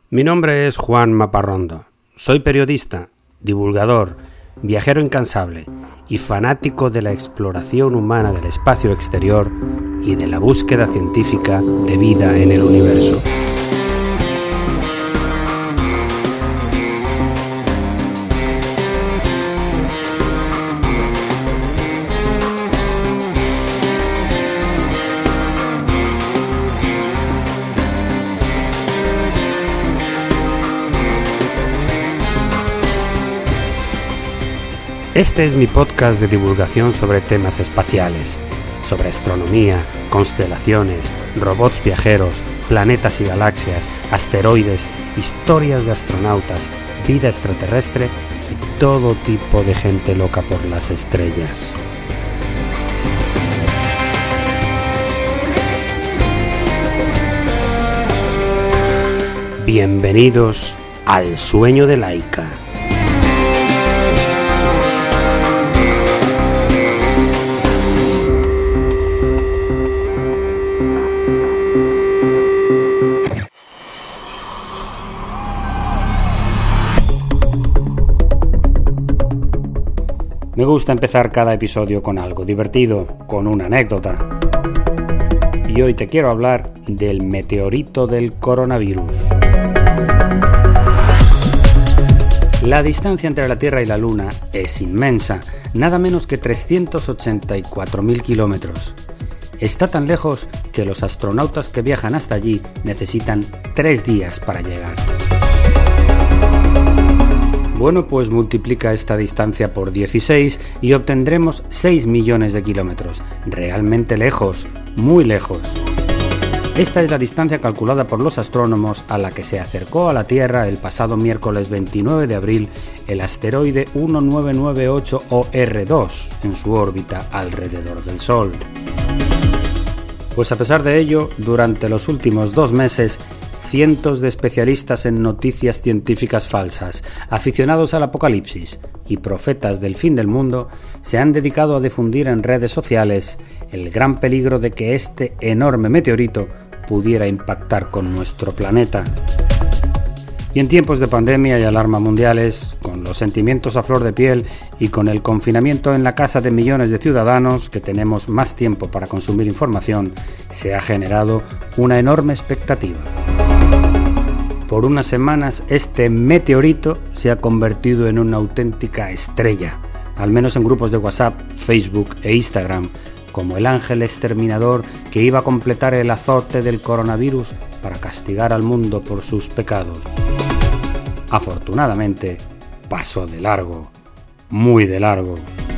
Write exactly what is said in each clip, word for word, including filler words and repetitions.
Mi nombre es Juan Maparrondo. Soy periodista, divulgador, viajero incansable y fanático de la exploración humana del espacio exterior y de la búsqueda científica de vida en el universo. Este es mi podcast de divulgación sobre temas espaciales, sobre astronomía, constelaciones, robots viajeros, planetas y galaxias, asteroides, historias de astronautas, vida extraterrestre y todo tipo de gente loca por las estrellas. Bienvenidos al sueño de Laika. Me gusta empezar cada episodio con algo divertido, con una anécdota. Y hoy te quiero hablar del meteorito del coronavirus. La distancia entre la Tierra y la Luna es inmensa, nada menos que trescientos ochenta y cuatro mil kilómetros. Está tan lejos que los astronautas que viajan hasta allí necesitan tres días para llegar. Bueno, pues multiplica esta distancia por dieciséis y obtendremos seis millones de kilómetros. Realmente lejos, muy lejos. Esta es la distancia calculada por los astrónomos a la que se acercó a la Tierra el pasado miércoles veintinueve de abril el asteroide diecinueve noventa y ocho O R dos en su órbita alrededor del Sol. Pues a pesar de ello, durante los últimos dos meses, cientos de especialistas en noticias científicas falsas, aficionados al apocalipsis y profetas del fin del mundo se han dedicado a difundir en redes sociales el gran peligro de que este enorme meteorito pudiera impactar con nuestro planeta. Y en tiempos de pandemia y alarma mundiales, con los sentimientos a flor de piel y con el confinamiento en la casa de millones de ciudadanos que tenemos más tiempo para consumir información, se ha generado una enorme expectativa. Por unas semanas este meteorito se ha convertido en una auténtica estrella, al menos en grupos de WhatsApp, Facebook e Instagram, como el ángel exterminador que iba a completar el azote del coronavirus para castigar al mundo por sus pecados. Afortunadamente, pasó de largo, muy de largo.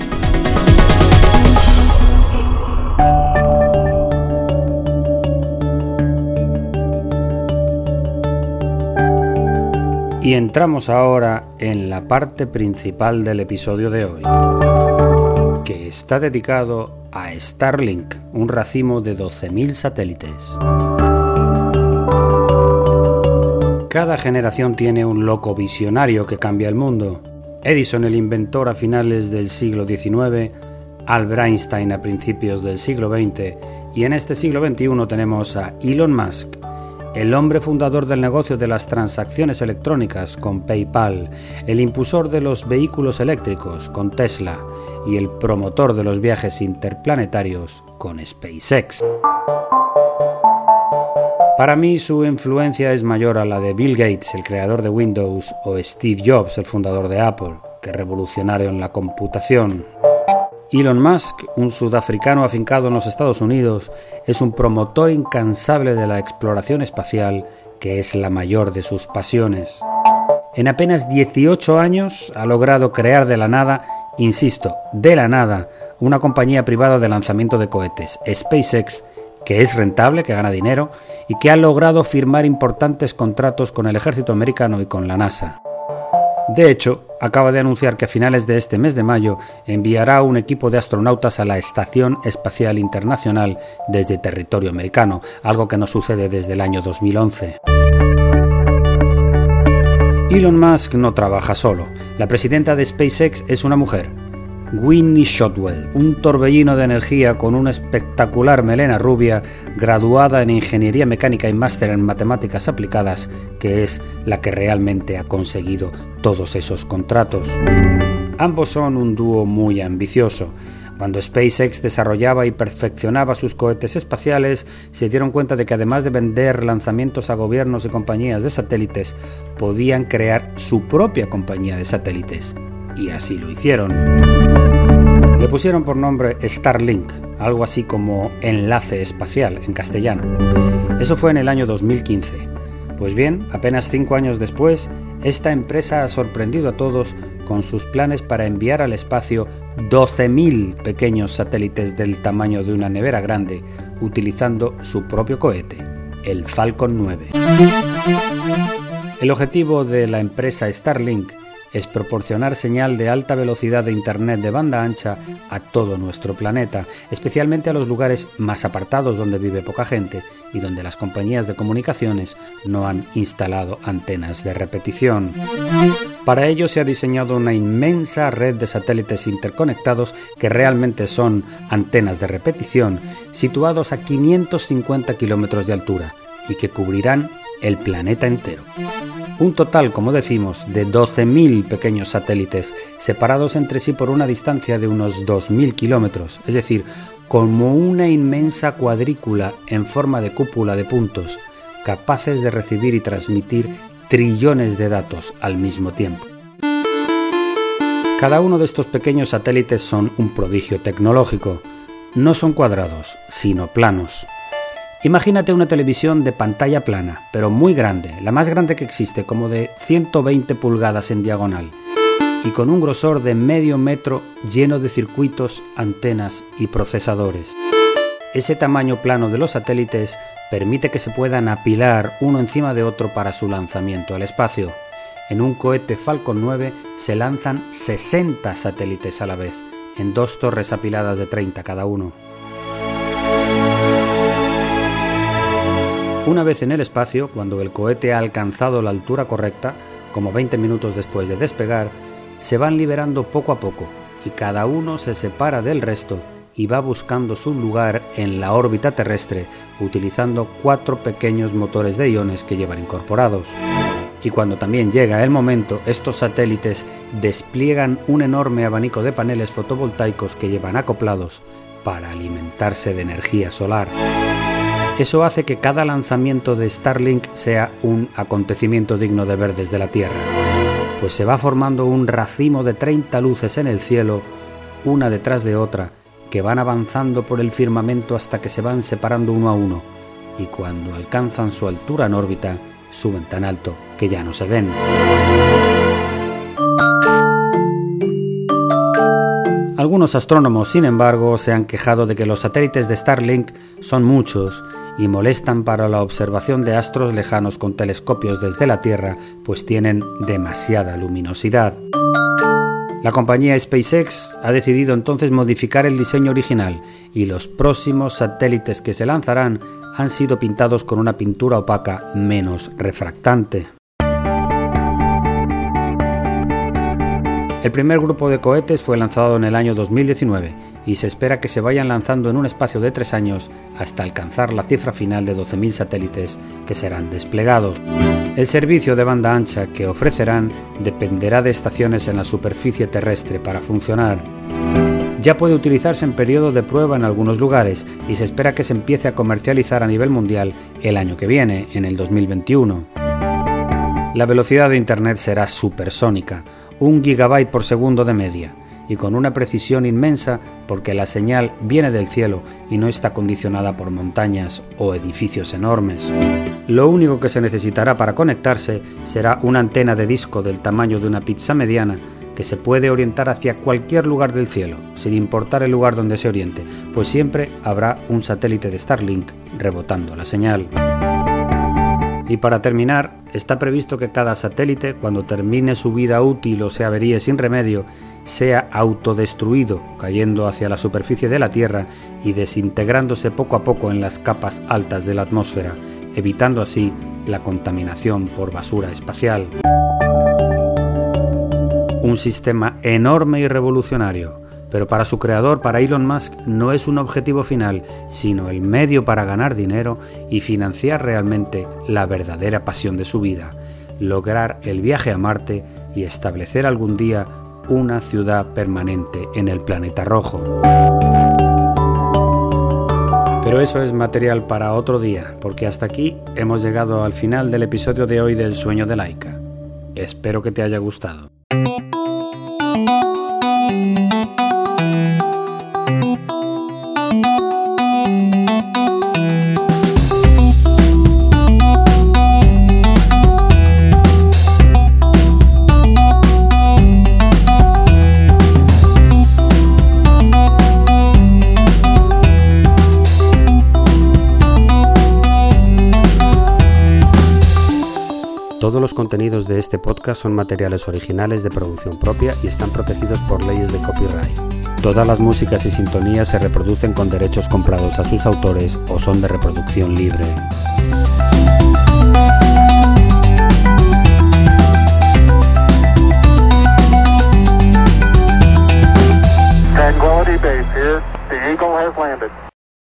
Y entramos ahora en la parte principal del episodio de hoy, que está dedicado a Starlink, un racimo de doce mil satélites. Cada generación tiene un loco visionario que cambia el mundo. Edison, el inventor a finales del siglo diecinueve, Albert Einstein a principios del siglo veinte y en este siglo veintiuno tenemos a Elon Musk, el hombre fundador del negocio de las transacciones electrónicas con PayPal, el impulsor de los vehículos eléctricos con Tesla y el promotor de los viajes interplanetarios con SpaceX. Para mí su influencia es mayor a la de Bill Gates, el creador de Windows, o Steve Jobs, el fundador de Apple, que revolucionario en la computación. Elon Musk, un sudafricano afincado en los Estados Unidos, es un promotor incansable de la exploración espacial, que es la mayor de sus pasiones. En apenas dieciocho años ha logrado crear de la nada, insisto, de la nada, una compañía privada de lanzamiento de cohetes, SpaceX, que es rentable, que gana dinero y que ha logrado firmar importantes contratos con el ejército americano y con la NASA. De hecho, acaba de anunciar que a finales de este mes de mayo enviará un equipo de astronautas a la Estación Espacial Internacional desde territorio americano, algo que no sucede desde el año dos mil once. Elon Musk no trabaja solo. La presidenta de SpaceX es una mujer, Winnie Shotwell, un torbellino de energía con una espectacular melena rubia, graduada en Ingeniería Mecánica y máster en Matemáticas Aplicadas, que es la que realmente ha conseguido todos esos contratos. Ambos son un dúo muy ambicioso. Cuando SpaceX desarrollaba y perfeccionaba sus cohetes espaciales, se dieron cuenta de que además de vender lanzamientos a gobiernos y compañías de satélites, podían crear su propia compañía de satélites. Y así lo hicieron. Le pusieron por nombre Starlink, algo así como enlace espacial en castellano. Eso fue en el año dos mil quince. Pues bien, apenas cinco años después, esta empresa ha sorprendido a todos con sus planes para enviar al espacio doce mil pequeños satélites del tamaño de una nevera grande, utilizando su propio cohete, el Falcon nueve. El objetivo de la empresa Starlink es proporcionar señal de alta velocidad de Internet de banda ancha a todo nuestro planeta, especialmente a los lugares más apartados donde vive poca gente y donde las compañías de comunicaciones no han instalado antenas de repetición. Para ello se ha diseñado una inmensa red de satélites interconectados que realmente son antenas de repetición, situados a quinientos cincuenta kilómetros de altura y que cubrirán el planeta entero. Un total, como decimos, de doce mil pequeños satélites separados entre sí por una distancia de unos dos mil kilómetros, es decir, como una inmensa cuadrícula en forma de cúpula de puntos, capaces de recibir y transmitir trillones de datos al mismo tiempo. Cada uno de estos pequeños satélites son un prodigio tecnológico. No son cuadrados, sino planos. Imagínate una televisión de pantalla plana, pero muy grande, la más grande que existe, como de ciento veinte pulgadas en diagonal, y con un grosor de medio metro lleno de circuitos, antenas y procesadores. Ese tamaño plano de los satélites permite que se puedan apilar uno encima de otro para su lanzamiento al espacio. En un cohete Falcon nueve se lanzan sesenta satélites a la vez, en dos torres apiladas de treinta cada uno. Una vez en el espacio, cuando el cohete ha alcanzado la altura correcta, como veinte minutos después de despegar, se van liberando poco a poco y cada uno se separa del resto y va buscando su lugar en la órbita terrestre utilizando cuatro pequeños motores de iones que llevan incorporados. Y cuando también llega el momento, estos satélites despliegan un enorme abanico de paneles fotovoltaicos que llevan acoplados para alimentarse de energía solar. Eso hace que cada lanzamiento de Starlink sea un acontecimiento digno de ver desde la Tierra, pues se va formando un racimo de treinta luces en el cielo, una detrás de otra, que van avanzando por el firmamento hasta que se van separando uno a uno, y cuando alcanzan su altura en órbita, suben tan alto que ya no se ven. Algunos astrónomos, sin embargo, se han quejado de que los satélites de Starlink son muchos y molestan para la observación de astros lejanos con telescopios desde la Tierra, pues tienen demasiada luminosidad. La compañía SpaceX ha decidido entonces modificar el diseño original y los próximos satélites que se lanzarán han sido pintados con una pintura opaca menos refractante. El primer grupo de cohetes fue lanzado en el año dos mil diecinueve y se espera que se vayan lanzando en un espacio de tres años hasta alcanzar la cifra final de doce mil satélites que serán desplegados. El servicio de banda ancha que ofrecerán dependerá de estaciones en la superficie terrestre para funcionar. Ya puede utilizarse en periodo de prueba en algunos lugares y se espera que se empiece a comercializar a nivel mundial el año que viene, en el dos mil veintiuno. La velocidad de Internet será supersónica, un gigabyte por segundo de media, y con una precisión inmensa porque la señal viene del cielo y no está condicionada por montañas o edificios enormes. Lo único que se necesitará para conectarse será una antena de disco del tamaño de una pizza mediana que se puede orientar hacia cualquier lugar del cielo, sin importar el lugar donde se oriente, pues siempre habrá un satélite de Starlink rebotando la señal. Y para terminar, está previsto que cada satélite, cuando termine su vida útil o se averíe sin remedio, sea autodestruido, cayendo hacia la superficie de la Tierra y desintegrándose poco a poco en las capas altas de la atmósfera, evitando así la contaminación por basura espacial. Un sistema enorme y revolucionario, Pero para su creador, para Elon Musk, no es un objetivo final, sino el medio para ganar dinero y financiar realmente la verdadera pasión de su vida, lograr el viaje a Marte y establecer algún día una ciudad permanente en el planeta rojo. Pero eso es material para otro día, porque hasta aquí hemos llegado al final del episodio de hoy del Sueño de Laika. Espero que te haya gustado. Todos los contenidos de este podcast son materiales originales de producción propia y están protegidos por leyes de copyright. Todas las músicas y sintonías se reproducen con derechos comprados a sus autores o son de reproducción libre. Tranquility Base here. The Eagle has landed.